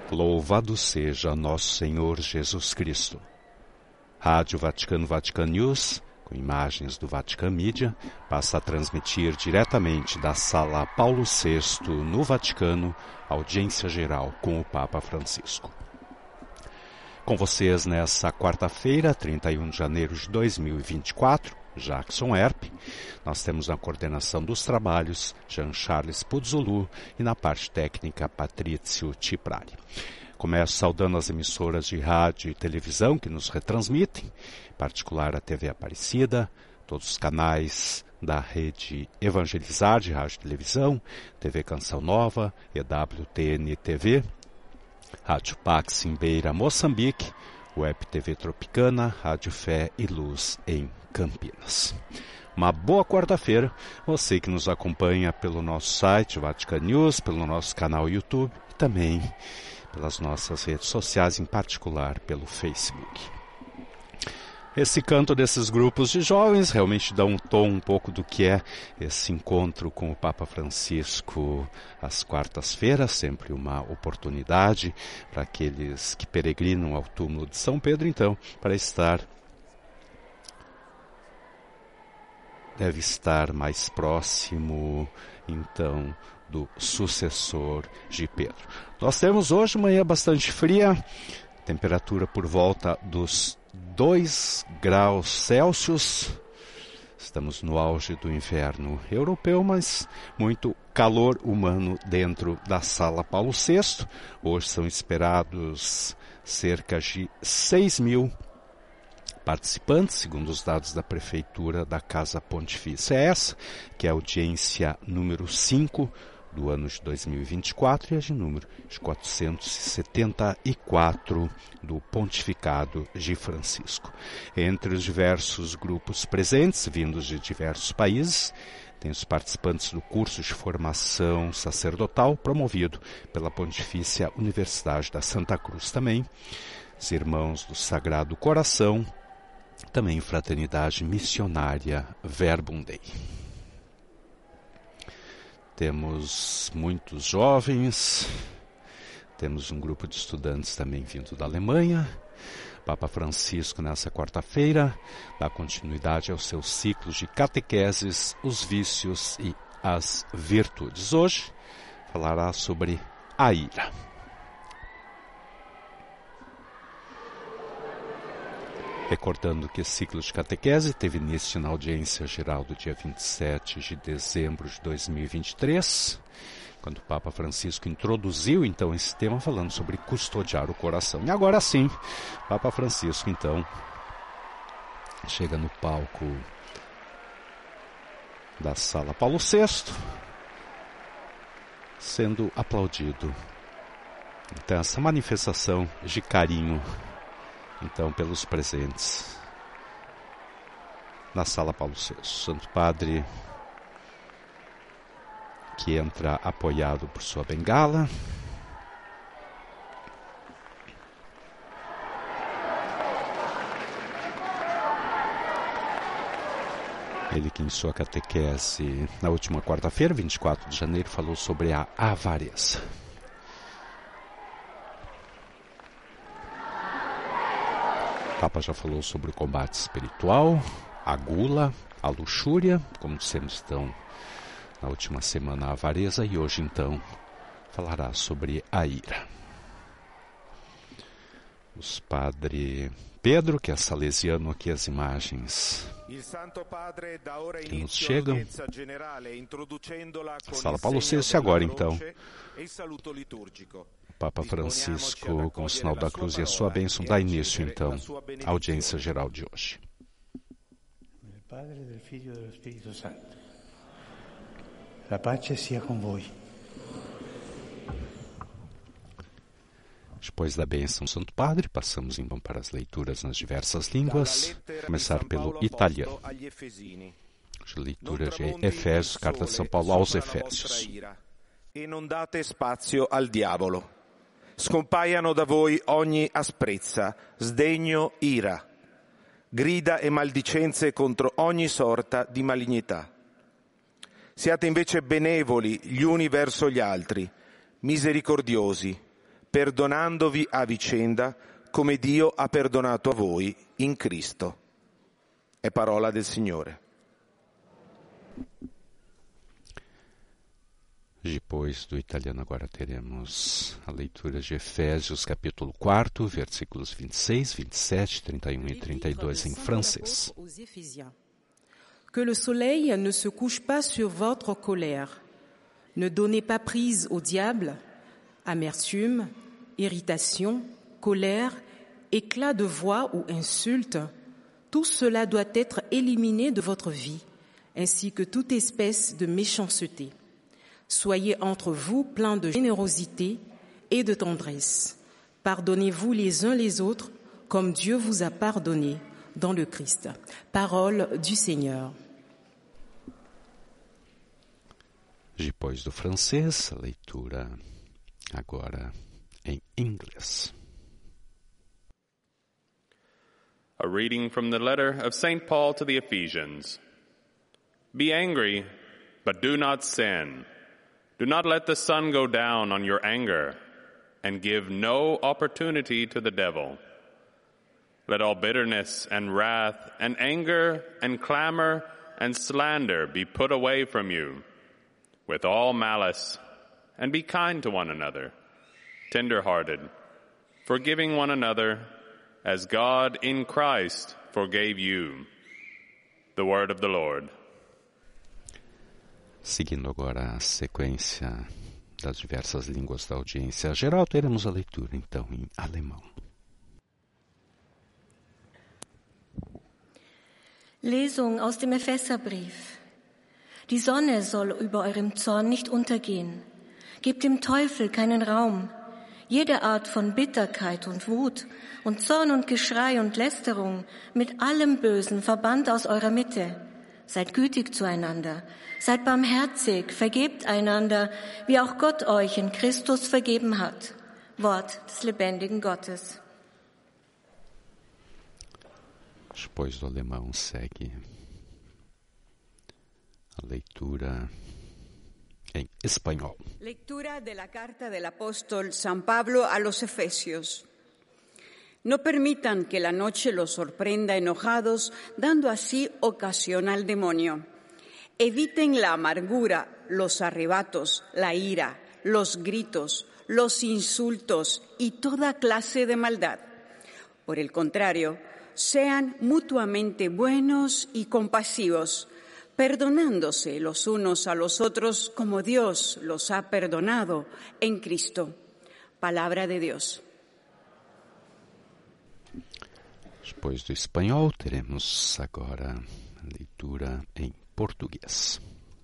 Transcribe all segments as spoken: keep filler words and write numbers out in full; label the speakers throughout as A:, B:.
A: Louvado seja nosso Senhor Jesus Cristo. Rádio Vaticano Vatican News, com imagens do Vatican Media, passa a transmitir diretamente da Sala Paulo sexto, no Vaticano, audiência geral com o Papa Francisco. Com vocês nessa quarta-feira, trinta e um de janeiro de dois mil e vinte e quatro, Jackson Erp. Nós temos na coordenação dos trabalhos Jean Charles Puzzulu e na parte técnica Patrício Tiprari. Começo saudando as emissoras de rádio e televisão que nos retransmitem, em particular a T V Aparecida, todos os canais da rede Evangelizar de rádio e televisão, T V Canção Nova, E W T N T V, Rádio Pax em Beira, Moçambique, Web T V Tropicana, Rádio Fé e Luz em Campinas. Uma boa quarta-feira, você que nos acompanha pelo nosso site Vatican News, pelo nosso canal YouTube e também pelas nossas redes sociais, em particular pelo Facebook. Esse canto desses grupos de jovens realmente dá um tom um pouco do que é esse encontro com o Papa Francisco às quartas-feiras, sempre uma oportunidade para aqueles que peregrinam ao túmulo de São Pedro, então, para estar, deve estar mais próximo, então, do sucessor de Pedro. Nós temos hoje manhã bastante fria, temperatura por volta dos dois graus Celsius. Estamos no auge do inverno europeu, mas muito calor humano dentro da Sala Paulo sexto. Hoje são esperados cerca de seis mil participantes, segundo os dados da Prefeitura da Casa Pontifícia. É essa que é a audiência número cinco do ano de dois mil e vinte e quatro e a de número de quatrocentos e setenta e quatro do Pontificado de Francisco. Entre os diversos grupos presentes, vindos de diversos países, tem os participantes do curso de formação sacerdotal promovido pela Pontifícia Universidade da Santa Cruz também, os irmãos do Sagrado Coração, também Fraternidade Missionária Verbum Dei. Temos muitos jovens, temos um grupo de estudantes também vindo da Alemanha. Papa Francisco, nessa quarta-feira, dá continuidade aos seus ciclos de catequeses, os vícios e as virtudes. Hoje, falará sobre a ira. Recordando que esse ciclo de catequese teve início na audiência geral do dia vinte e sete de dezembro de dois mil e vinte e três, quando o Papa Francisco introduziu então esse tema falando sobre custodiar o coração. E agora sim, Papa Francisco então chega no palco da Sala Paulo sexto, sendo aplaudido. Então essa manifestação de carinho então pelos presentes na Sala Paulo sexto. Santo Padre, que entra apoiado por sua bengala. Ele que em sua catequese na última quarta-feira, vinte e quatro de janeiro, falou sobre a avareza. O Papa já falou sobre o combate espiritual, a gula, a luxúria, como dissemos então na última semana a avareza, e hoje então falará sobre a ira. Os Padre Pedro, que é salesiano, aqui as imagens que nos chegam. A Sala Paulo sexto e agora então Papa Francisco, com o sinal da cruz e a sua bênção, dá início, então, à audiência geral de hoje.
B: Padre, del Figlio e dello Spirito Santo. La pace sia con voi.
A: Depois da bênção do Santo Padre, passamos então para as leituras nas diversas línguas. Começar pelo italiano. Leitura de Efésios, carta de São Paulo aos Efésios.
C: E non date spazio al diavolo. Scompaiano da voi ogni asprezza, sdegno, ira, grida e maldicenze contro ogni sorta di malignità. Siate invece benevoli gli uni verso gli altri, misericordiosi, perdonandovi a vicenda come Dio ha perdonato a voi in Cristo. È parola del Signore.
A: Depois do italiano, agora teremos a leitura de Efésios, capítulo quatro, versículos vinte e seis, vinte e sete, trinta e um e trinta e dois em francês.
D: Que le soleil ne se couche pas sur votre colère. Ne donnez pas prise au diable. Amertume, irritation, colère, éclat de voix ou insulte, tout cela doit être éliminé de votre vie, ainsi que toute espèce de méchanceté. Soyez entre vous pleins de générosité et de tendresse. Pardonnez-vous les uns les autres comme Dieu vous a pardonné dans le Christ. Parole du Seigneur.
A: Depois do francês, a leitura agora em inglês.
E: A reading from the letter of Saint Paul to the Ephesians. Be angry, but do not sin. Do not let the sun go down on your anger, and give no opportunity to the devil. Let all bitterness and wrath and anger and clamor and slander be put away from you, with all malice, and be kind to one another, tender-hearted, forgiving one another, as God in Christ forgave you. The word of the Lord.
A: Seguindo agora a sequência das diversas línguas da audiência geral, teremos a leitura então em alemão.
F: Lesung aus dem Epheserbrief. Die Sonne soll über eurem Zorn nicht untergehen. Gebt dem Teufel keinen Raum. Jede Art von Bitterkeit und Wut und Zorn und Geschrei und Lästerung mit allem Bösen verbannt aus eurer Mitte. Seid gütig zueinander, seid barmherzig, vergebt einander, wie auch Gott euch in Christus vergeben hat. Wort des lebendigen Gottes.
A: Depois do alemão segue a leitura en español.
G: Lectura de la carta del apóstol San Pablo a los Efesios. No permitan que la noche los sorprenda enojados, dando así ocasión al demonio. Eviten la amargura, los arrebatos, la ira, los gritos, los insultos y toda clase de maldad. Por el contrario, sean mutuamente buenos y compasivos, perdonándose los unos a los otros como Dios los ha perdonado en Cristo. Palabra de Dios.
A: Depois do espanhol, teremos agora a leitura em português.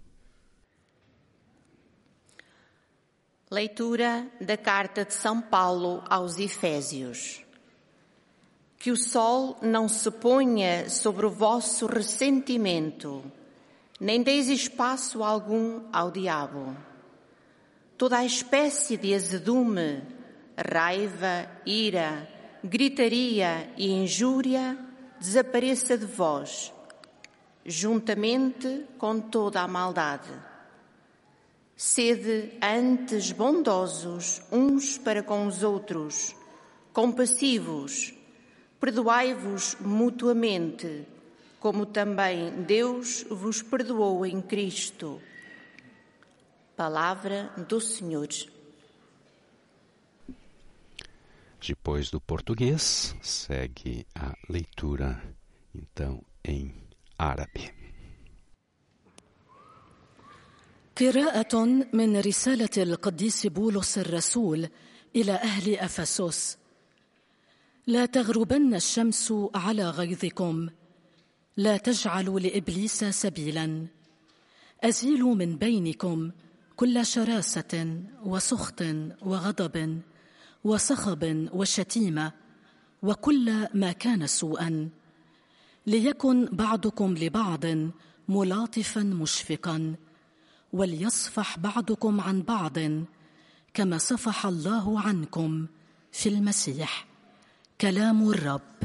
H: Leitura da carta de São Paulo aos Efésios. Que o sol não se ponha sobre o vosso ressentimento, nem deis espaço algum ao diabo. Toda a espécie de azedume, raiva, ira, gritaria e injúria desapareça de vós, juntamente com toda a maldade. Sede antes bondosos uns para com os outros, compassivos, perdoai-vos mutuamente, como também Deus vos perdoou em Cristo. Palavra do Senhor.
A: Depois do português, segue a leitura, então, em árabe.
I: قراءة من رسالة القديس بولس الرسول إلى أهل أفسس. لا تغربن الشمس على غيظكم، لا تجعلوا لإبليس سبيلا. أزيلوا من بينكم كل شراسة وسخط وغضب وصخب وشتيمة وكل ما كان سوءا، ليكن بعضكم لبعض ملاطفا مشفقا، وليصفح بعضكم عن بعض كما صفح الله عنكم في المسيح. كلام الرب.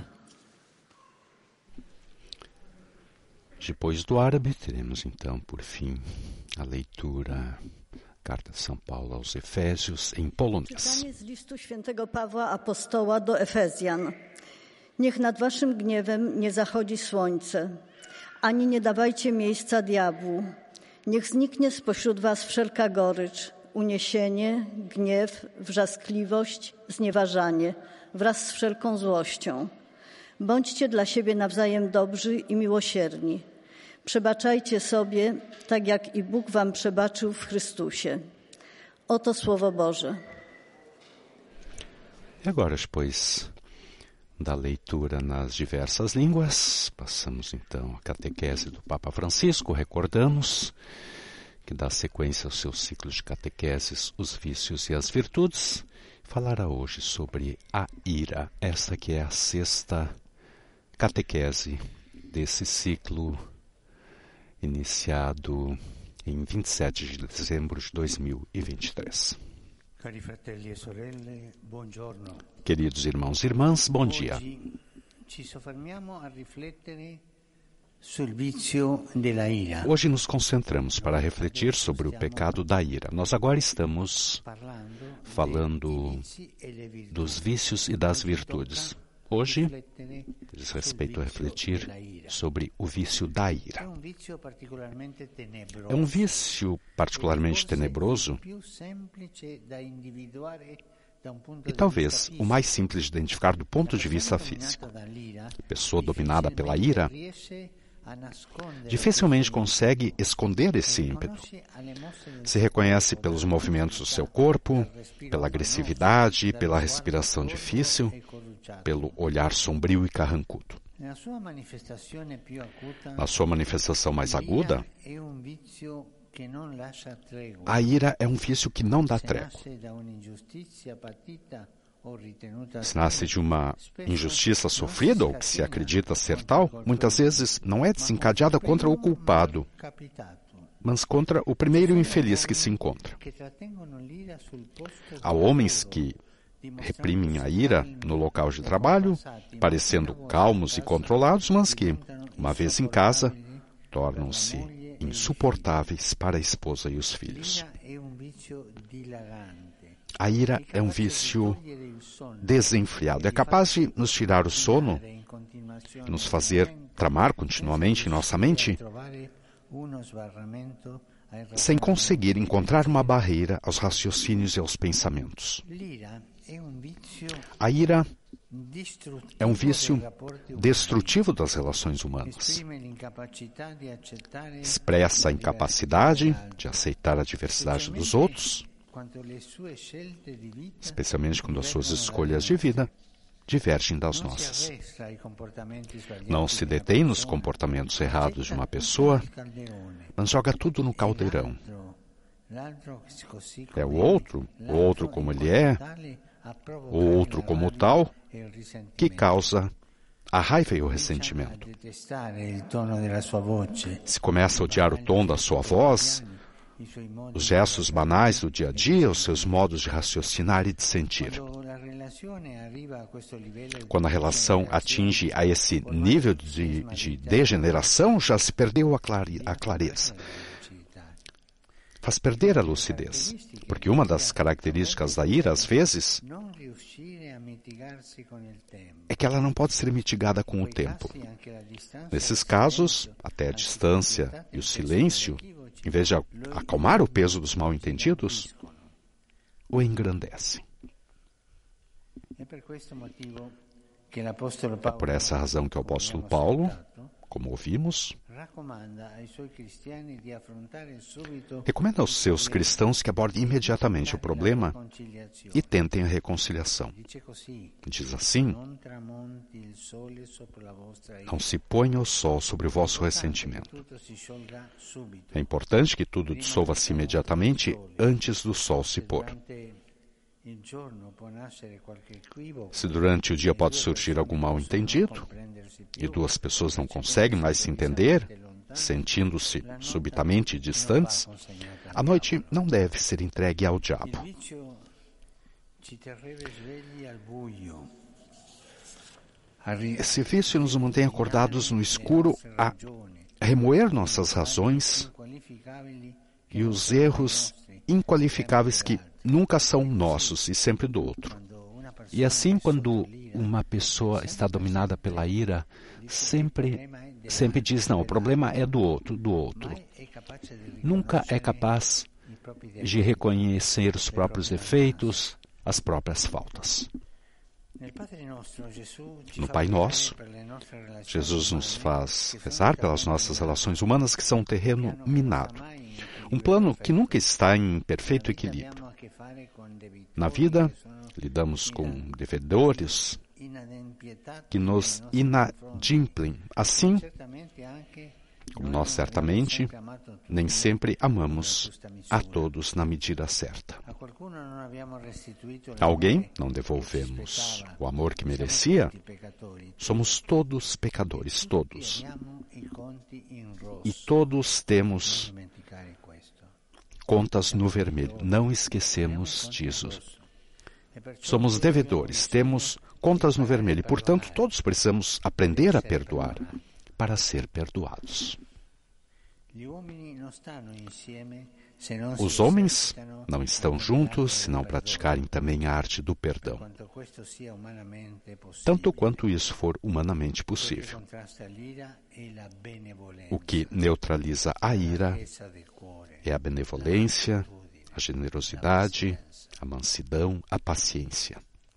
A: Depois do árabe, teremos então, por fim, a leitura Carta de São Paulo aos Efésios, em polonês.
J: Czytanie z listu świętego Pawła Apostoła do Efezjan. Niech nad waszym gniewem nie zachodzi słońce, ani nie dawajcie miejsca diabłu. Niech zniknie spośród was wszelka gorycz, uniesienie, gniew, wrzaskliwość, znieważanie, wraz z wszelką złością. Bądźcie dla siebie nawzajem dobrzy i miłosierni. Przebaczajcie sobie, tak jak i Bóg wam przebaczył w Chrystusie. Oto Słowo Boże.
A: E agora, depois da leitura nas diversas línguas, passamos então a catequese do Papa Francisco. Recordamos que dá sequência ao seu ciclo de catequeses, os vícios e as virtudes. Falará hoje sobre a ira, esta que é a sexta catequese desse ciclo iniciado em vinte e sete de dezembro de dois mil e vinte e três. Queridos irmãos e irmãs, bom dia. Hoje nos concentramos para refletir sobre o pecado da ira. Nós agora estamos falando dos vícios e das virtudes. Hoje, diz respeito a refletir sobre o vício da ira. É um vício particularmente tenebroso e talvez o mais simples de identificar do ponto de vista físico. A pessoa dominada pela ira dificilmente consegue esconder esse ímpeto. Se reconhece pelos movimentos do seu corpo, pela agressividade, pela respiração difícil, pelo olhar sombrio e carrancudo. Na sua manifestação mais aguda, a ira é um vício que não dá trégua. Se nasce de uma injustiça sofrida ou que se acredita ser tal, muitas vezes não é desencadeada contra o culpado, mas contra o primeiro infeliz que se encontra. Há homens que reprimem a ira no local de trabalho, parecendo calmos e controlados, mas que, uma vez em casa, tornam-se insuportáveis para a esposa e os filhos. A ira é um vício desenfreado. É capaz de nos tirar o sono, nos fazer tramar continuamente em nossa mente, sem conseguir encontrar uma barreira aos raciocínios e aos pensamentos. A ira é um vício destrutivo das relações humanas. Expressa a incapacidade de aceitar a diversidade dos outros, especialmente quando as suas escolhas de vida divergem das nossas. Não se detém nos comportamentos errados de uma pessoa, mas joga tudo no caldeirão. É o outro, o outro como ele é, o outro como tal, que causa a raiva e o ressentimento. Se começa a odiar o tom da sua voz, os gestos banais do dia a dia, os seus modos de raciocinar e de sentir. Quando a relação atinge a esse nível de, de degeneração, já se perdeu a, clare, a clareza. Faz perder a lucidez, porque uma das características da ira, às vezes, é que ela não pode ser mitigada com o tempo. Nesses casos, até a distância e o silêncio, em vez de acalmar o peso dos mal-entendidos, o engrandecem. É por essa razão que o apóstolo Paulo, como ouvimos, recomenda aos seus cristãos que abordem imediatamente o problema e tentem a reconciliação. Diz assim: não se ponha o sol sobre o vosso ressentimento. É importante que tudo dissolva-se imediatamente antes do sol se pôr. Se durante o dia pode surgir algum mal-entendido e duas pessoas não conseguem mais se entender, sentindo-se subitamente distantes, a noite não deve ser entregue ao diabo. Esse vício nos mantém acordados no escuro a remoer nossas razões e os erros inqualificáveis que nunca são nossos e sempre do outro. E assim, quando uma pessoa está dominada pela ira, sempre, sempre diz, não, o problema é do outro, do outro. Nunca é capaz de reconhecer os próprios defeitos, as próprias faltas. No Pai Nosso, Jesus nos faz rezar pelas nossas relações humanas que são um terreno minado. Um plano que nunca está em perfeito equilíbrio. Na vida, lidamos com devedores que nos inadimplem. Assim, como nós certamente, nem sempre amamos a todos na medida certa. A alguém não devolvemos o amor que merecia. Somos todos pecadores, todos. E todos temos contas no vermelho. Não esquecemos disso. Somos devedores, temos contas no vermelho. E, portanto, todos precisamos aprender a perdoar para ser perdoados. Os homens não estão juntos se não praticarem também a arte do perdão, tanto quanto isso for humanamente possível. O que neutraliza a ira é a benevolência, a generosidade, a mansidão, a paciência.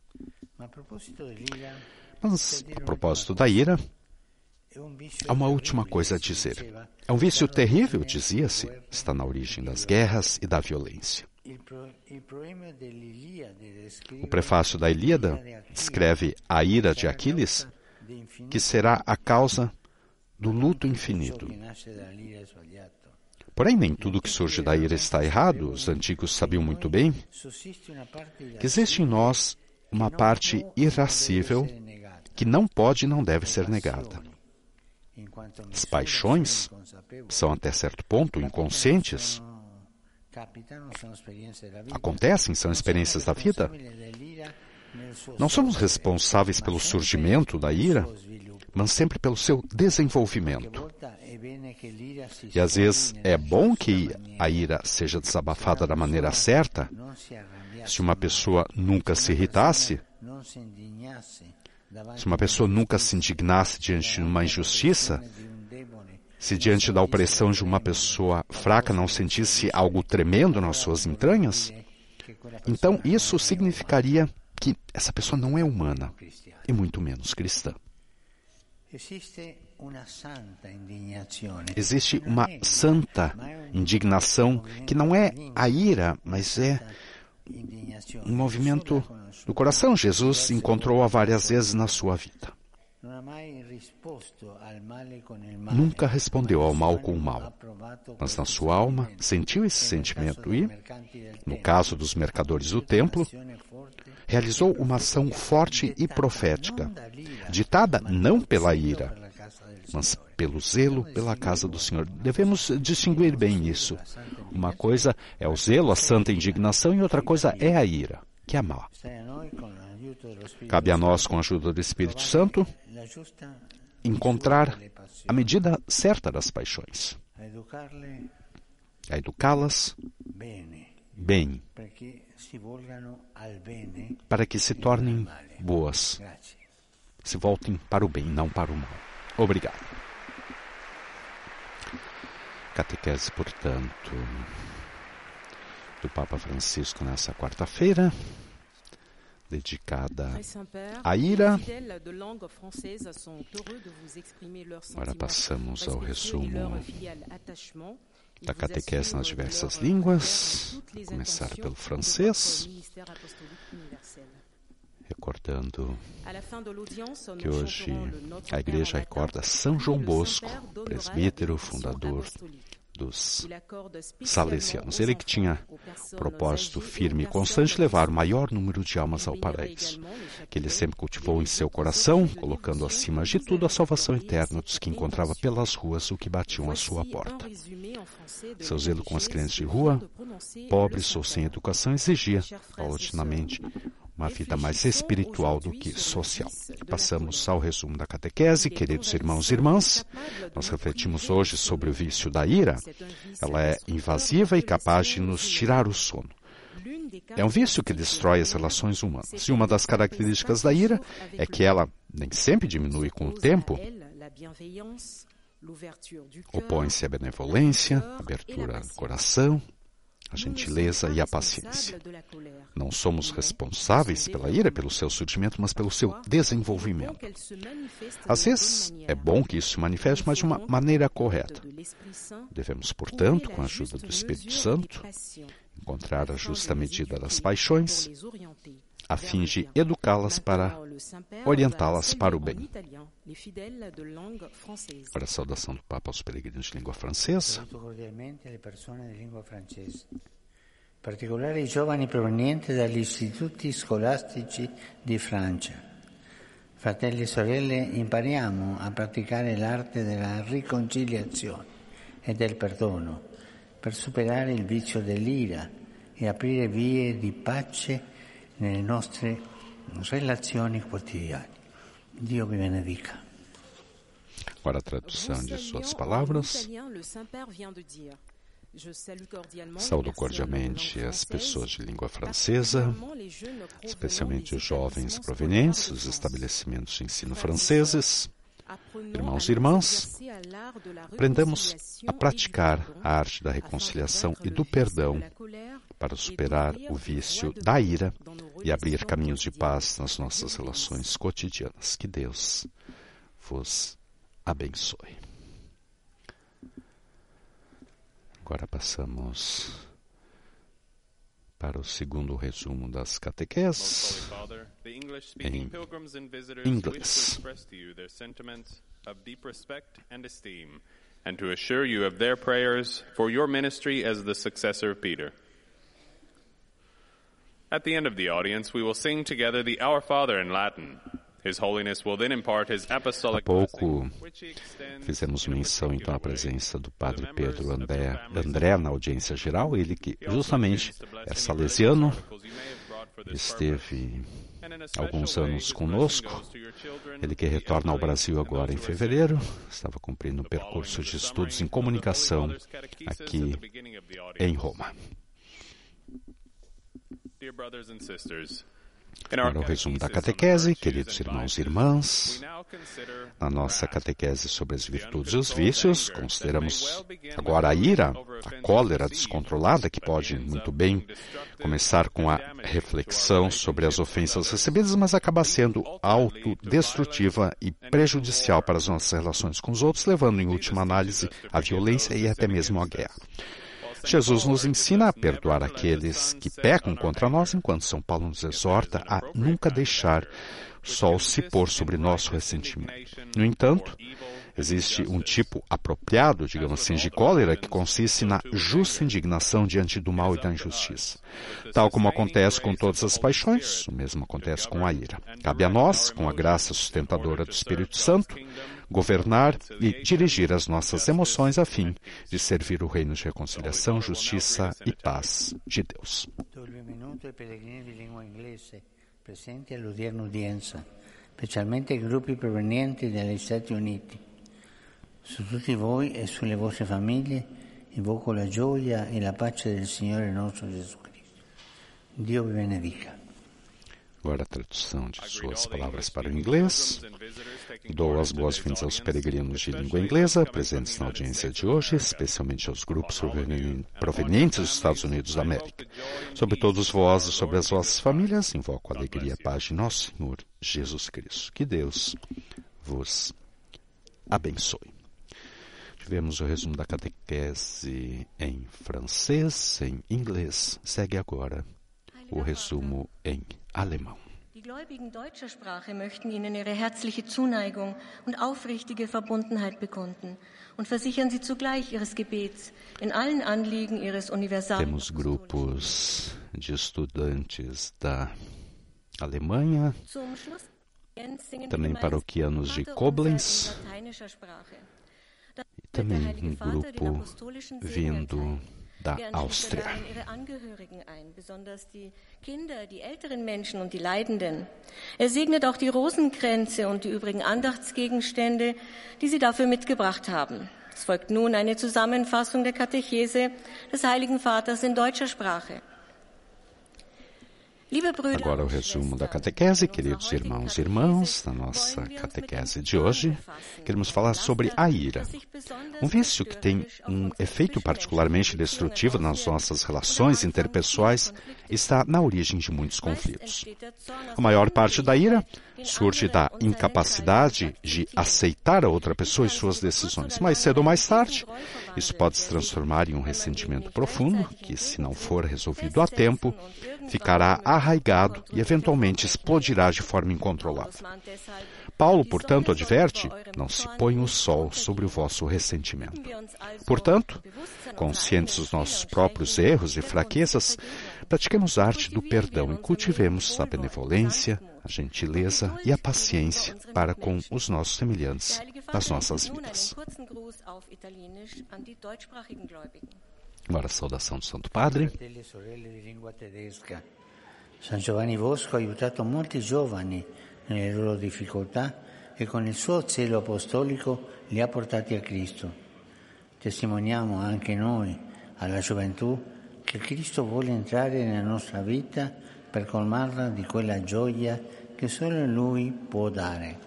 A: Mas, a propósito da ira, há uma última coisa a dizer. É um vício terrível, dizia-se, está na origem das guerras e da violência. O prefácio da Ilíada descreve a ira de Aquiles, que será a causa do luto infinito. Porém, nem tudo que surge da ira está errado. Os antigos sabiam muito bem que existe em nós uma parte irascível que não pode e não deve ser negada. As paixões são até certo ponto inconscientes. Acontecem, são experiências da vida. Não somos responsáveis pelo surgimento da ira, mas sempre pelo seu desenvolvimento. E às vezes é bom que a ira seja desabafada da maneira certa. Se uma pessoa nunca se irritasse, se uma pessoa nunca se indignasse diante de uma injustiça, se diante da opressão de uma pessoa fraca não sentisse algo tremendo nas suas entranhas, então isso significaria que essa pessoa não é humana, e muito menos cristã. Existe uma santa indignação que não é a ira, mas é um movimento do coração. Jesus encontrou-a várias vezes na sua vida. Nunca respondeu ao mal com o mal, mas na sua alma sentiu esse sentimento e, no caso dos mercadores do templo, realizou uma ação forte e profética, ditada não pela ira, mas pelo zelo pela casa do Senhor. Devemos distinguir bem isso. Uma coisa é o zelo, a santa indignação, e outra coisa é a ira, que é má. Cabe a nós, com a ajuda do Espírito Santo, encontrar a medida certa das paixões, a educá-las bem, para que se tornem boas, se voltem para o bem, não para o mal. Obrigado. Catequese, portanto, do Papa Francisco nessa quarta-feira, dedicada à ira. Agora passamos ao resumo da catequese nas diversas línguas. Vou começar pelo francês, recordando que hoje a Igreja recorda São João Bosco, presbítero, fundador dos salesianos. Ele que tinha propósito firme e constante de levar o maior número de almas ao paraíso, que ele sempre cultivou em seu coração, colocando acima de tudo a salvação eterna dos que encontrava pelas ruas o que batiam à sua porta. Seu zelo com as crianças de rua, pobres ou sem educação, exigia, paulatinamente, uma vida mais espiritual do que social. Passamos ao resumo da catequese. Queridos irmãos e irmãs, nós refletimos hoje sobre o vício da ira. Ela é invasiva e capaz de nos tirar o sono. É um vício que destrói as relações humanas. E uma das características da ira é que ela nem sempre diminui com o tempo. Opõe-se à benevolência, à abertura do coração, a gentileza e a paciência. Não somos responsáveis pela ira, pelo seu surgimento, mas pelo seu desenvolvimento. Às vezes, é bom que isso se manifeste, mas de uma maneira correta. Devemos, portanto, com a ajuda do Espírito Santo, encontrar a justa medida das paixões, a fim de educá-las para orientá-las para o bem. Para a saudação do Papa aos peregrinos de língua francesa.
B: In particolare i giovani provenienti dagli istituti scolastici di Francia. Fratelli e sorelle, impariamo a praticare l'arte della riconciliazione e del perdono per superare il vizio dell'ira e aprire vie di pace nelle nostre relazioni quotidiane. Dio vi benedica.
A: Agora a tradução de suas palavras. Saúdo cordialmente as pessoas de língua francesa, especialmente os jovens provenientes dos estabelecimentos de ensino franceses. Irmãos e irmãs, aprendamos a praticar a arte da reconciliação e do perdão para superar o vício da ira e abrir caminhos de paz nas nossas relações cotidianas. Que Deus vos abençoe. Agora passamos para o segundo resumo das catequeses em inglês.
E: And to assure you of their prayers for your ministry as the successor of Peter. At the end of the audience, we will sing together the Our Father in Latin. His Holiness will then impart his apostolic
A: blessing. Há pouco fizemos menção então à presença do Padre Pedro André, André na audiência geral, ele que justamente é salesiano, esteve alguns anos conosco, ele que retorna ao Brasil agora em fevereiro, estava cumprindo um percurso de estudos em comunicação aqui em Roma. Para o resumo da catequese, queridos irmãos e irmãs, na nossa catequese sobre as virtudes e os vícios, consideramos agora a ira, a cólera descontrolada, que pode muito bem começar com a reflexão sobre as ofensas recebidas, mas acaba sendo autodestrutiva e prejudicial para as nossas relações com os outros, levando em última análise à violência e até mesmo à guerra. Jesus nos ensina a perdoar aqueles que pecam contra nós, enquanto São Paulo nos exorta a nunca deixar o sol se pôr sobre nosso ressentimento. No entanto, existe um tipo apropriado, digamos assim, de cólera, que consiste na justa indignação diante do mal e da injustiça. Tal como acontece com todas as paixões, o mesmo acontece com a ira. Cabe a nós, com a graça sustentadora do Espírito Santo, governar e dirigir as nossas emoções a fim de servir o reino de reconciliação, justiça e paz de Deus.
B: Presenti all'odierna udienza, specialmente i gruppi provenienti dagli Stati Uniti. Su tutti voi e sulle vostre famiglie invoco la gioia e la pace del Signore nostro Gesù Cristo. Dio vi benedica.
A: Agora a tradução de suas palavras para o inglês. Dou as boas-vindas aos peregrinos de língua inglesa presentes na audiência de hoje, especialmente aos grupos provenientes dos Estados Unidos da América. Sobre todos vós e sobre as vossas famílias, invoco a alegria e a paz de nosso Senhor Jesus Cristo. Que Deus vos abençoe. Tivemos o resumo da catequese em francês, em inglês. Segue agora o resumo em alemão.
F: Die Gläubigen deutscher Sprache möchten Ihnen ihre herzliche Zuneigung und aufrichtige Verbundenheit bekunden und versichern Sie zugleich Ihres Gebets in allen Anliegen Ihres universalen.
A: Temos grupos de estudantes da Alemanha, também paroquianos de Koblenz, e também um grupo vindo da Áustria.
F: Kinder, die älteren Menschen und die Leidenden. Er segnet auch die Rosenkränze und die übrigen Andachtsgegenstände, die sie dafür mitgebracht haben. Es folgt nun eine Zusammenfassung der Katechese des Heiligen Vaters in deutscher Sprache.
A: Agora o resumo da catequese, queridos irmãos e irmãs, na nossa catequese de hoje, queremos falar sobre a ira. Um vício que tem um efeito particularmente destrutivo nas nossas relações interpessoais está na origem de muitos conflitos. A maior parte da ira surge da incapacidade de aceitar a outra pessoa e suas decisões. Mais cedo ou mais tarde, isso pode se transformar em um ressentimento profundo, que, se não for resolvido a tempo, ficará arraigado e eventualmente explodirá de forma incontrolável. Paulo, portanto, adverte: não se põe o sol sobre o vosso ressentimento. Portanto, conscientes dos nossos próprios erros e fraquezas, pratiquemos a arte do perdão e cultivemos a benevolência, a gentileza e a paciência para com os nossos semelhantes nas nossas vidas. Agora a saudação do Santo Padre.
B: San Giovanni Bosco ha aiutato molti giovani nelle loro difficoltà e con il suo zelo apostolico li ha portati a Cristo. Testimoniamo anche noi, alla gioventù, che Cristo vuole entrare nella nostra vita per colmarla di quella gioia che solo Lui può dare.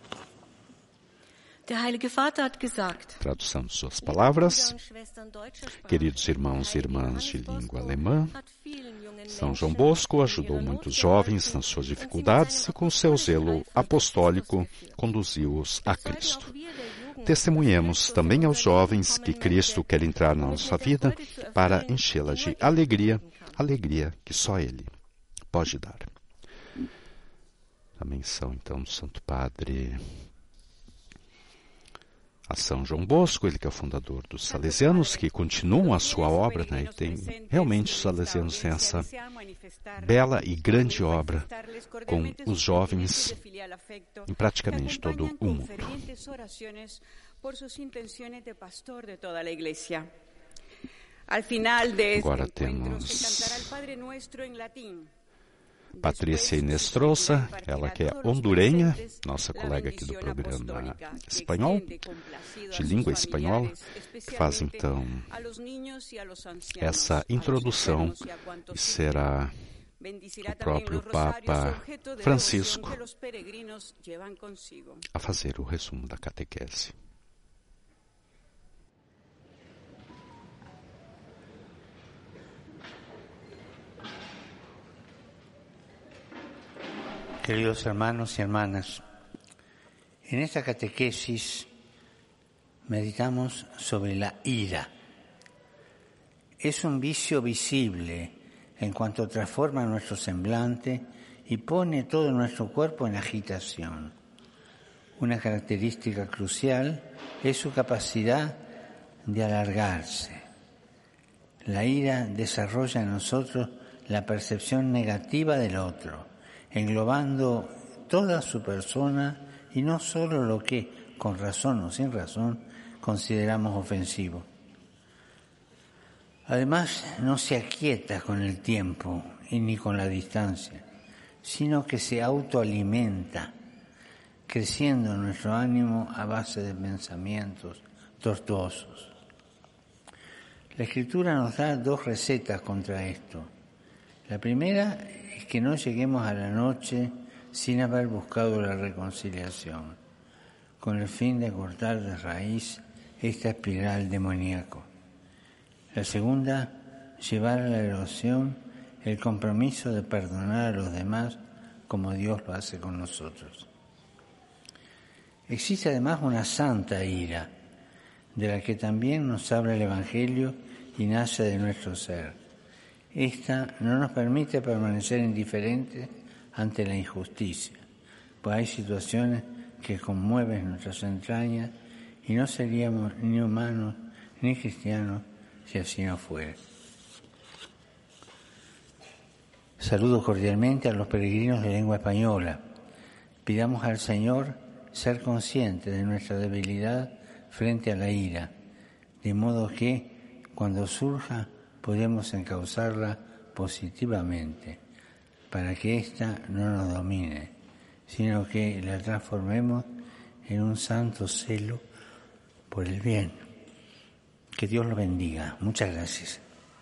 F: Der Heilige Vater hat gesagt,
A: tradução de suas palavras, queridos irmãos e irmãs de língua alemã, São João Bosco ajudou muitos jovens nas suas dificuldades e com seu zelo apostólico conduziu-os a Cristo. Testemunhemos também aos jovens que Cristo quer entrar na nossa vida para enchê-la de alegria, alegria que só Ele pode dar. A menção então do Santo Padre a São João Bosco, ele que é o fundador dos Salesianos, que continuam a sua obra, né? E tem, realmente os Salesianos têm essa bela e grande obra com os jovens em praticamente todo o mundo. Agora temos Patrícia Inestrosa, ela que é hondurenha, nossa colega aqui do programa espanhol, de língua espanhola, que faz então essa introdução e será o próprio Papa Francisco a fazer o resumo da catequese.
B: Queridos hermanos y hermanas, en esta catequesis meditamos sobre la ira. Es un vicio visible en cuanto transforma nuestro semblante y pone todo nuestro cuerpo en agitación. Una característica crucial es su capacidad de alargarse. La ira desarrolla en nosotros la percepción negativa del otro, englobando toda su persona y no solo lo que, con razón o sin razón, consideramos ofensivo. Además, no se aquieta con el tiempo y ni con la distancia, sino que se autoalimenta, creciendo nuestro ánimo a base de pensamientos tortuosos. La Escritura nos da dos recetas contra esto. La primera es que no lleguemos a la noche sin haber buscado la reconciliación, con el fin de cortar de raíz esta espiral demoníaco. La segunda, llevar a la oración el compromiso de perdonar a los demás como Dios lo hace con nosotros. Existe además una santa ira, de la que también nos habla el Evangelio y nace de nuestro ser. Esta no nos permite permanecer indiferentes ante la injusticia, pues hay situaciones que conmueven nuestras entrañas y no seríamos ni humanos ni cristianos si así no fuera. Saludo cordialmente a los peregrinos de lengua española. Pidamos al Señor ser conscientes de nuestra debilidad frente a la ira, de modo que, cuando surja, podemos encauzarla positivamente para que ésta no nos domine, sino que la transformemos en un santo celo por el bien. Que Dios lo bendiga. Muchas gracias.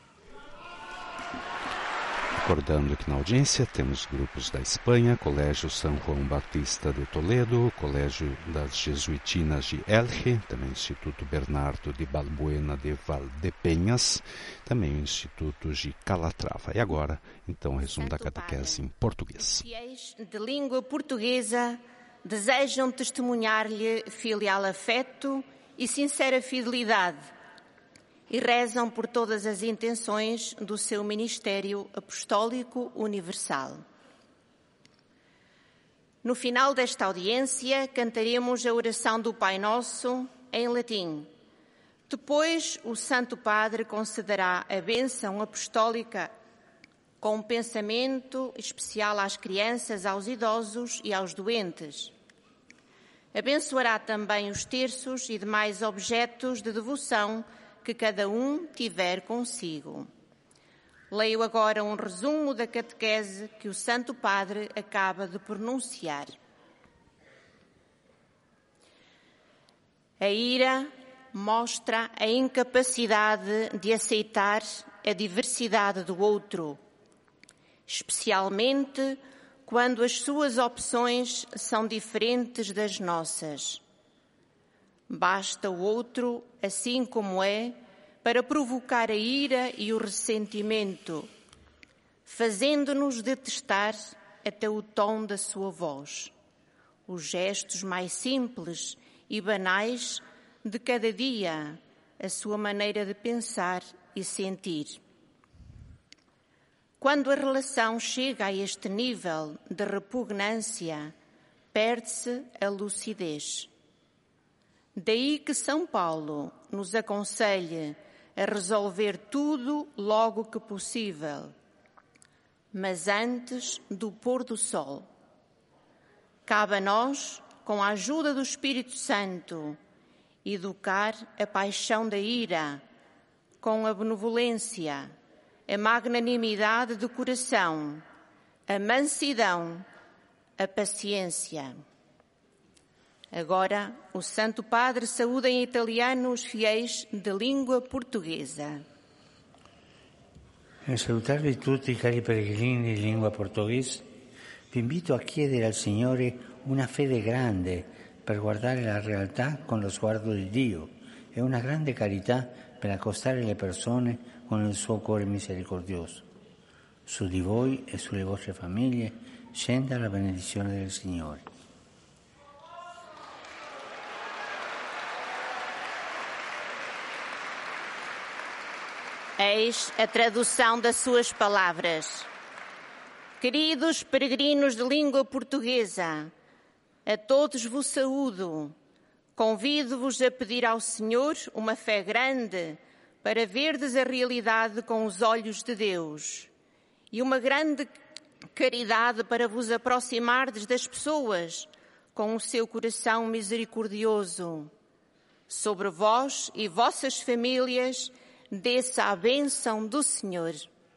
A: Recordando que na audiência temos grupos da Espanha, Colégio São João Batista de Toledo, Colégio das Jesuitinas de Elche, também o Instituto Bernardo de Balbuena de Valdepenhas, também o Instituto de Calatrava. E agora, então, o resumo da catequese em português.
H: Fiéis de língua portuguesa desejam testemunhar-lhe filial afeto e sincera fidelidade, e rezam por todas as intenções do seu ministério apostólico universal. No final desta audiência, cantaremos a oração do Pai Nosso em latim. Depois, o Santo Padre concederá a bênção apostólica com um pensamento especial às crianças, aos idosos e aos doentes. Abençoará também os terços e demais objetos de devoção que cada um tiver consigo. Leio agora um resumo da catequese que o Santo Padre acaba de pronunciar. A ira mostra a incapacidade de aceitar a diversidade do outro, especialmente quando as suas opções são diferentes das nossas. Basta o outro, assim como é, para provocar a ira e o ressentimento, fazendo-nos detestar até o tom da sua voz, os gestos mais simples e banais de cada dia, a sua maneira de pensar e sentir. Quando a relação chega a este nível de repugnância, perde-se a lucidez. Daí que São Paulo nos aconselhe a resolver tudo logo que possível, mas antes do pôr do sol. Cabe a nós, com a ajuda do Espírito Santo, educar a paixão da ira, com a benevolência, a magnanimidade do coração, a mansidão, a paciência. Agora, o Santo Padre saúda em italiano os fiéis de língua portuguesa.
B: Nel salutarvi tutti, cari peregrini di lingua portoghese, vi invito a chiedere al Signore una fede grande per guardare la realtà con lo sguardo di Dio e una grande carità per accostare le persone con il suo cuore misericordioso. Su di voi e sulle vostre famiglie scenda la benedizione del Signore.
H: Eis a tradução das suas palavras. Queridos peregrinos de língua portuguesa, a todos vos saúdo. Convido-vos a pedir ao Senhor uma fé grande para verdes a realidade com os olhos de Deus e uma grande caridade para vos aproximardes das pessoas com o seu coração misericordioso. Sobre vós e vossas famílias desça a bênção do Senhor.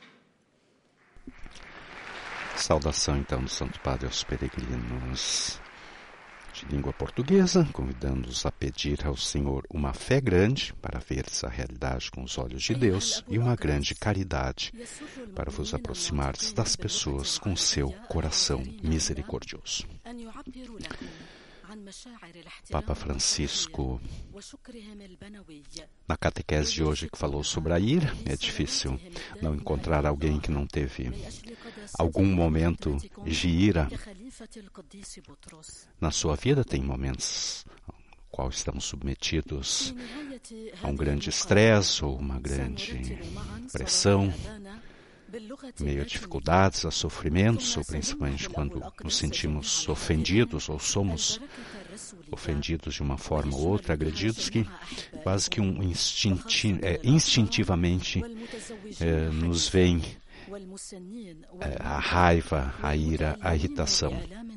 A: Saudação então do Santo Padre aos peregrinos de língua portuguesa, convidando-os a pedir ao Senhor uma fé grande para ver essa realidade com os olhos de Deus e uma grande caridade para vos aproximares das pessoas com seu coração misericordioso. Papa Francisco, na catequese de hoje que falou sobre a ira, é difícil não encontrar alguém que não teve algum momento de ira na sua vida. Tem momentos no qual estamos submetidos a um grande estresse ou uma grande pressão, meio a dificuldades, a sofrimentos, ou principalmente quando nos sentimos ofendidos ou somos ofendidos de uma forma ou outra, agredidos, que quase que um instinti, é, instintivamente é, nos vem é, a raiva, a ira, a irritação.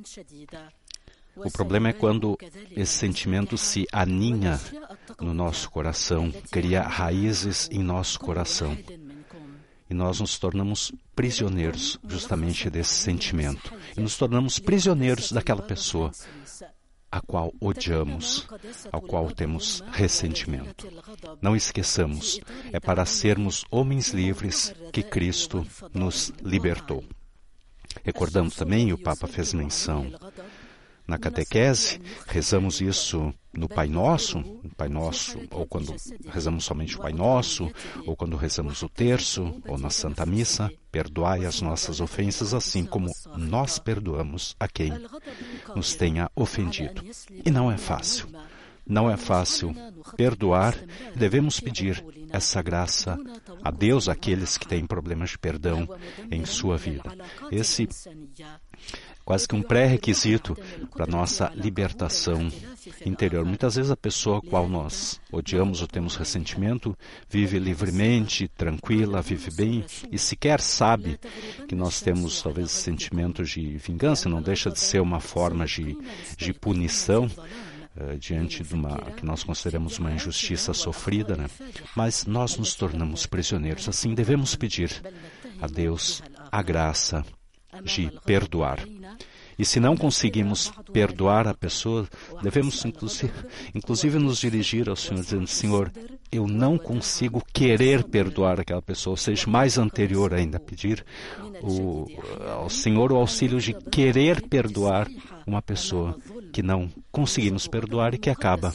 A: O problema é quando esse sentimento se aninha no nosso coração, cria raízes em nosso coração. E nós nos tornamos prisioneiros justamente desse sentimento. E nos tornamos prisioneiros daquela pessoa a qual odiamos, ao qual temos ressentimento. Não esqueçamos, é para sermos homens livres que Cristo nos libertou. Recordando também, o Papa fez menção na catequese, rezamos isso no Pai Nosso, no Pai Nosso, ou quando rezamos somente o Pai Nosso, ou quando rezamos o terço, ou na Santa Missa, perdoai as nossas ofensas, assim como nós perdoamos a quem nos tenha ofendido. E não é fácil. Não é fácil perdoar. Devemos pedir essa graça a Deus, àqueles que têm problemas de perdão em sua vida. Esse quase que um pré-requisito para a nossa libertação interior. Muitas vezes a pessoa a qual nós odiamos ou temos ressentimento vive livremente, tranquila, vive bem e sequer sabe que nós temos talvez sentimentos de vingança, não deixa de ser uma forma de, de punição uh, diante de uma que nós consideramos uma injustiça sofrida, né? Mas nós nos tornamos prisioneiros. Assim devemos pedir a Deus a graça de perdoar. E se não conseguimos perdoar a pessoa, devemos inclusive, inclusive nos dirigir ao Senhor, dizendo: Senhor, eu não consigo querer perdoar aquela pessoa, ou seja, mais anterior ainda, pedir o, ao Senhor o auxílio de querer perdoar uma pessoa que não conseguimos perdoar e que acaba,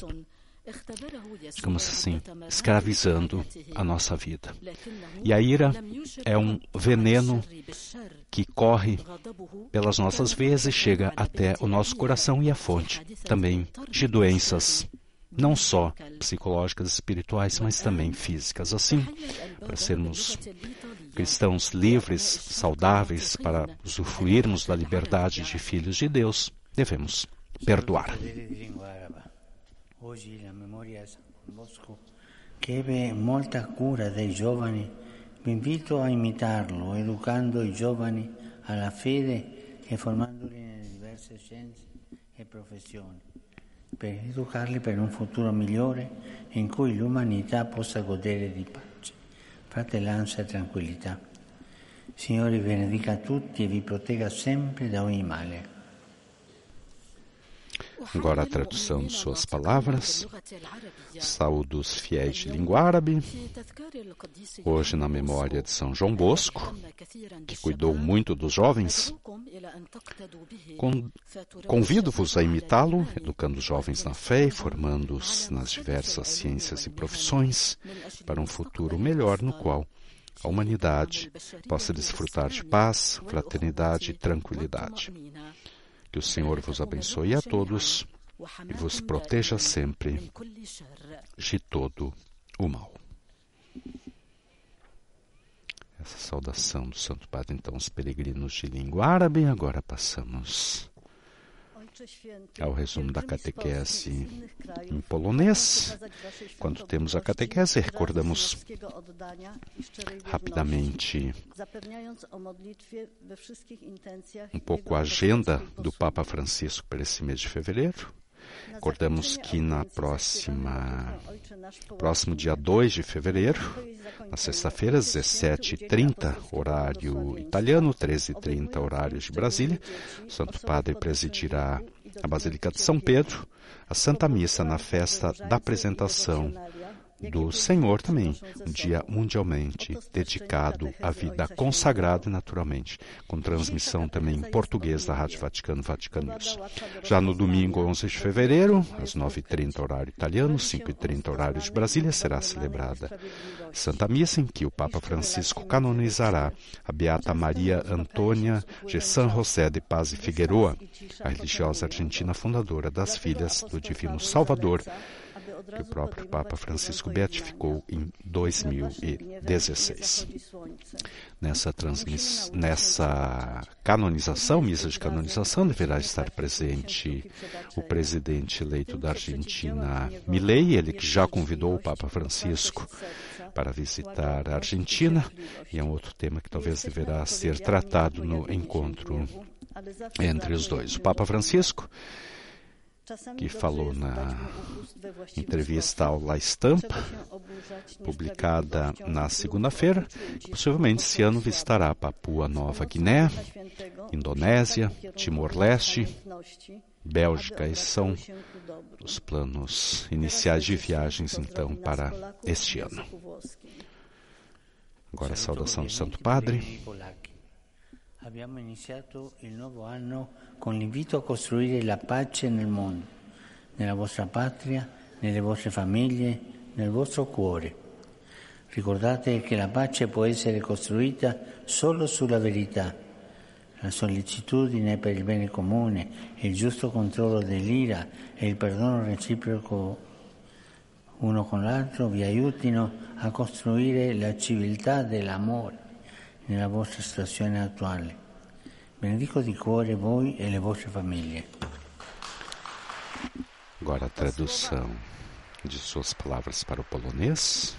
A: digamos assim, escravizando a nossa vida. E a ira é um veneno que corre pelas nossas veias e chega até o nosso coração e é fonte também de doenças, não só psicológicas e espirituais, mas também físicas. Assim, para sermos cristãos livres, saudáveis, para usufruirmos da liberdade de filhos de Deus, devemos perdoar.
B: Oggi la memoria di San Bosco, che ebbe molta cura dei giovani, vi invito a imitarlo, educando i giovani alla fede e formandoli nelle diverse scienze e professioni, per educarli per un futuro migliore in cui l'umanità possa godere di pace, fratellanza e tranquillità. Signore vi benedica tutti e vi protegga sempre da ogni male.
A: Agora a tradução de suas palavras. Saúdo os fiéis de língua árabe. Hoje, na memória de São João Bosco, que cuidou muito dos jovens, convido-vos a imitá-lo, educando os jovens na fé e formando-os nas diversas ciências e profissões para um futuro melhor no qual a humanidade possa desfrutar de paz, fraternidade e tranquilidade. Que o Senhor vos abençoe a todos e vos proteja sempre de todo o mal. Essa saudação do Santo Padre, então, os peregrinos de língua árabe. Agora passamos ao resumo da catequese em polonês. Quando temos a catequese, recordamos rapidamente um pouco a agenda do Papa Francisco para esse mês de fevereiro. Recordamos que na próxima, próximo dia dois de fevereiro, na sexta-feira, às dezessete e trinta, horário italiano, treze e trinta, horário de Brasília, o Santo Padre presidirá a Basílica de São Pedro, a Santa Missa na festa da apresentação do Senhor também, um dia mundialmente dedicado à vida consagrada e naturalmente, com transmissão também em português da Rádio Vaticano, Vaticano News. Já no domingo, onze de fevereiro, às nove e trinta, horário italiano, cinco e trinta, horário de Brasília, será celebrada Santa Missa, em que o Papa Francisco canonizará a Beata Maria Antônia de San José de Paz e Figueroa, a religiosa argentina fundadora das Filhas do Divino Salvador, que o próprio Papa Francisco beatificou em dois mil e dezesseis. Nessa, transmiss... Nessa canonização, missa de canonização, deverá estar presente o presidente eleito da Argentina, Milei, ele que já convidou o Papa Francisco para visitar a Argentina, e é um outro tema que talvez deverá ser tratado no encontro entre os dois. O Papa Francisco que falou na entrevista ao La Estampa, publicada na segunda-feira, que possivelmente esse ano visitará Papua Nova Guiné, Indonésia, Timor-Leste, Bélgica. Esses são os planos iniciais de viagens, então, para este ano. Agora a saudação do Santo Padre.
B: Abbiamo iniziato il nuovo anno con l'invito a costruire la pace nel mondo, nella vostra patria, nelle vostre famiglie, nel vostro cuore. Ricordate che la pace può essere costruita solo sulla verità. La sollecitudine per il bene comune, il giusto controllo dell'ira e il perdono reciproco uno con l'altro vi aiutino a costruire la civiltà dell'amore nella vostra situazione attuale. Benedico di cuore voi e le vostre famiglie.
A: Agora a tradução de suas palavras para o polonês.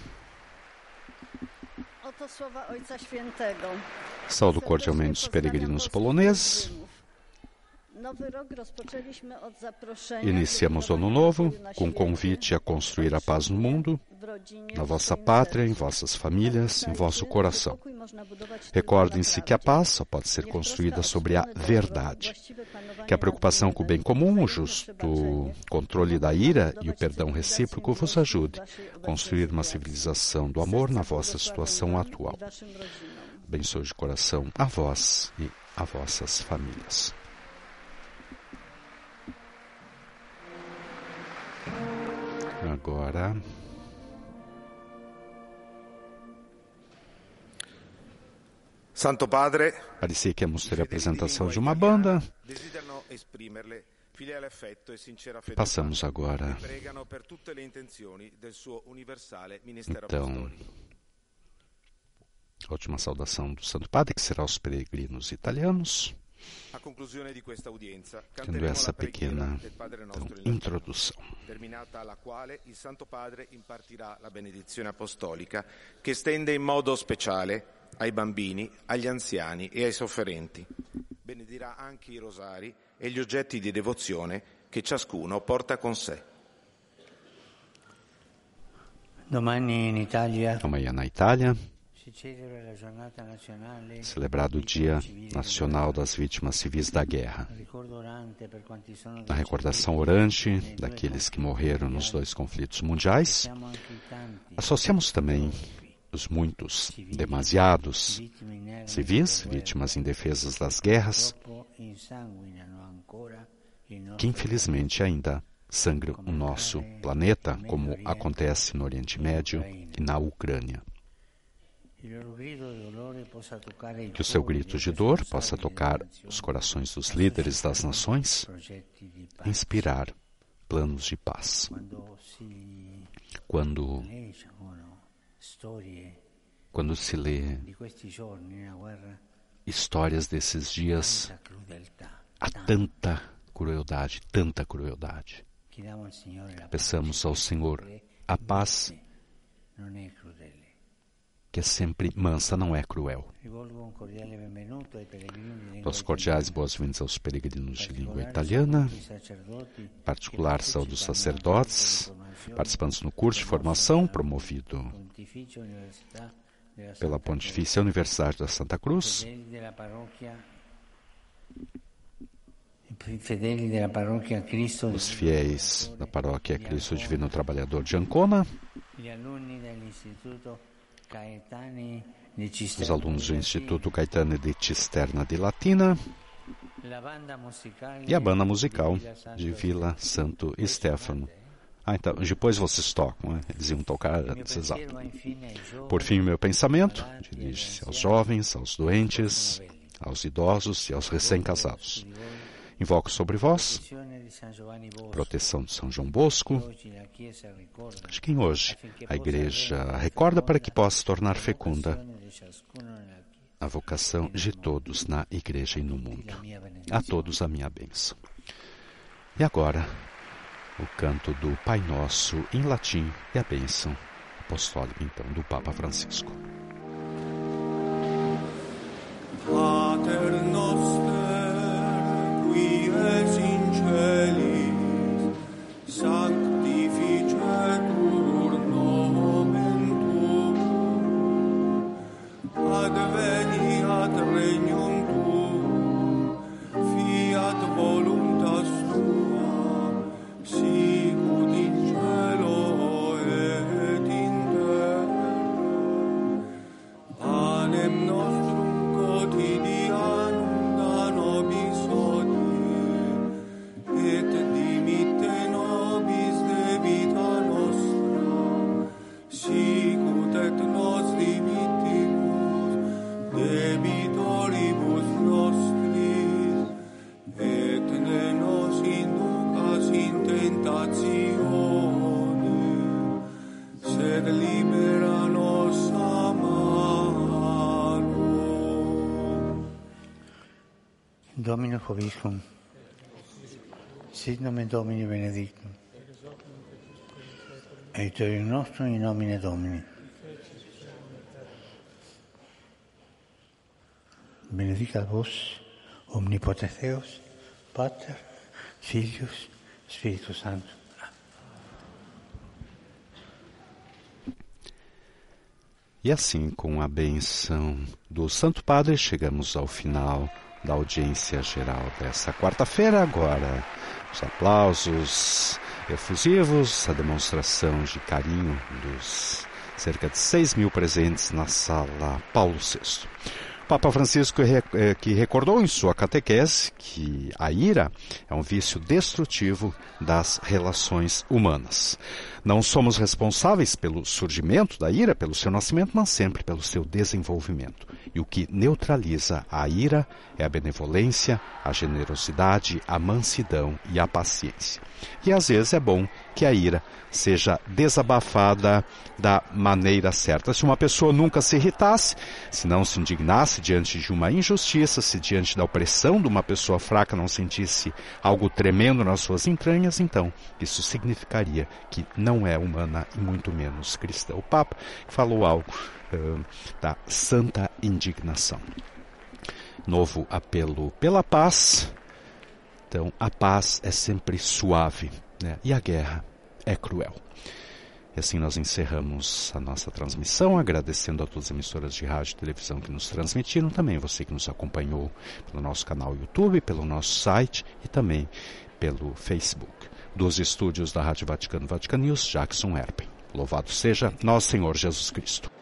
A: Saúdo cordialmente os peregrinos poloneses. Iniciamos o ano novo com convite a construir a paz no mundo, na vossa pátria, em vossas famílias, em vosso coração. Recordem-se que a paz só pode ser construída sobre a verdade, que a preocupação com o bem comum, o justo controle da ira e o perdão recíproco vos ajude a construir uma civilização do amor na vossa situação atual. Abençoe de coração a vós e a vossas famílias. Agora,
C: Santo Padre,
A: parecia que íamos ter a apresentação de uma banda. Passamos agora, então, a última saudação do Santo Padre, que será aos peregrinos italianos. Tendo essa pequena então, introdução.
C: Terminata alla quale il Santo Padre impartirà la benedizione apostolica che estende in modo speciale ai bambini, agli anziani e ai sofferenti. Benedirà anche i rosari e gli oggetti di devozione che ciascuno porta con sé.
B: Domani in Italia.
A: Amanhã na Itália, celebrado o Dia Nacional das Vítimas Civis da Guerra. A recordação orante daqueles que morreram nos dois conflitos mundiais, associamos também os muitos, demasiados, civis, vítimas indefesas das guerras, que infelizmente ainda sangram o nosso planeta, como acontece no Oriente Médio e na Ucrânia. Que o seu grito de dor possa tocar os corações dos líderes das nações, inspirar planos de paz. Quando, quando se lê histórias desses dias, há tanta crueldade, tanta crueldade. Peçamos ao Senhor a paz, que é sempre mansa, não é cruel. Nossos cordiais boas-vindas aos peregrinos de língua italiana, em particular saúde dos sacerdotes, participantes no curso de formação promovido pela Pontifícia Universidade da Santa Cruz, os fiéis da paróquia Cristo Divino Trabalhador de Ancona, os alunos do Instituto Caetano de Cisterna de Latina e a banda musical de Vila Santo Stefano. Ah, então, depois vocês tocam, né? Eles iam tocar antes, exato. Por fim, o meu pensamento dirige-se aos jovens, aos doentes, aos idosos e aos recém-casados. Invoco sobre vós proteção de São João Bosco, de quem hoje a Igreja recorda para que possa se tornar fecunda a vocação de todos na Igreja e no mundo. A todos a minha bênção. E agora, o canto do Pai Nosso em latim e a bênção apostólica, então, do Papa Francisco. Pater noster, qui es in celis,
B: Domino Vobiscum. Sit nomen Domini benedictum. Aiuterium nostrum in nomine Domini. Benedicat vos, omnipotens Deus, Pater, Filius, Spiritus Sanctus.
A: E assim, com a benção do Santo Padre, chegamos ao final da audiência geral dessa quarta-feira. Agora, os aplausos efusivos, a demonstração de carinho dos cerca de seis mil presentes na sala Paulo sexto. O Papa Francisco que recordou em sua catequese que a ira é um vício destrutivo das relações humanas. Não somos responsáveis pelo surgimento da ira, pelo seu nascimento, mas sempre pelo seu desenvolvimento. E o que neutraliza a ira é a benevolência, a generosidade, a mansidão e a paciência. E às vezes é bom que a ira seja desabafada da maneira certa. Se uma pessoa nunca se irritasse, se não se indignasse diante de uma injustiça, se diante da opressão de uma pessoa fraca não sentisse algo tremendo nas suas entranhas, então isso significaria que não é humana e muito menos cristã. O Papa falou algo uh, da santa indignação. Novo apelo pela paz. Então, a paz é sempre suave, né? E a guerra é cruel. E assim nós encerramos a nossa transmissão, agradecendo a todas as emissoras de rádio e televisão que nos transmitiram, também você que nos acompanhou pelo nosso canal YouTube, pelo nosso site e também pelo Facebook. Dos estúdios da Rádio Vaticano, Vatican News, Jackson Herpen. Louvado seja nosso Senhor Jesus Cristo.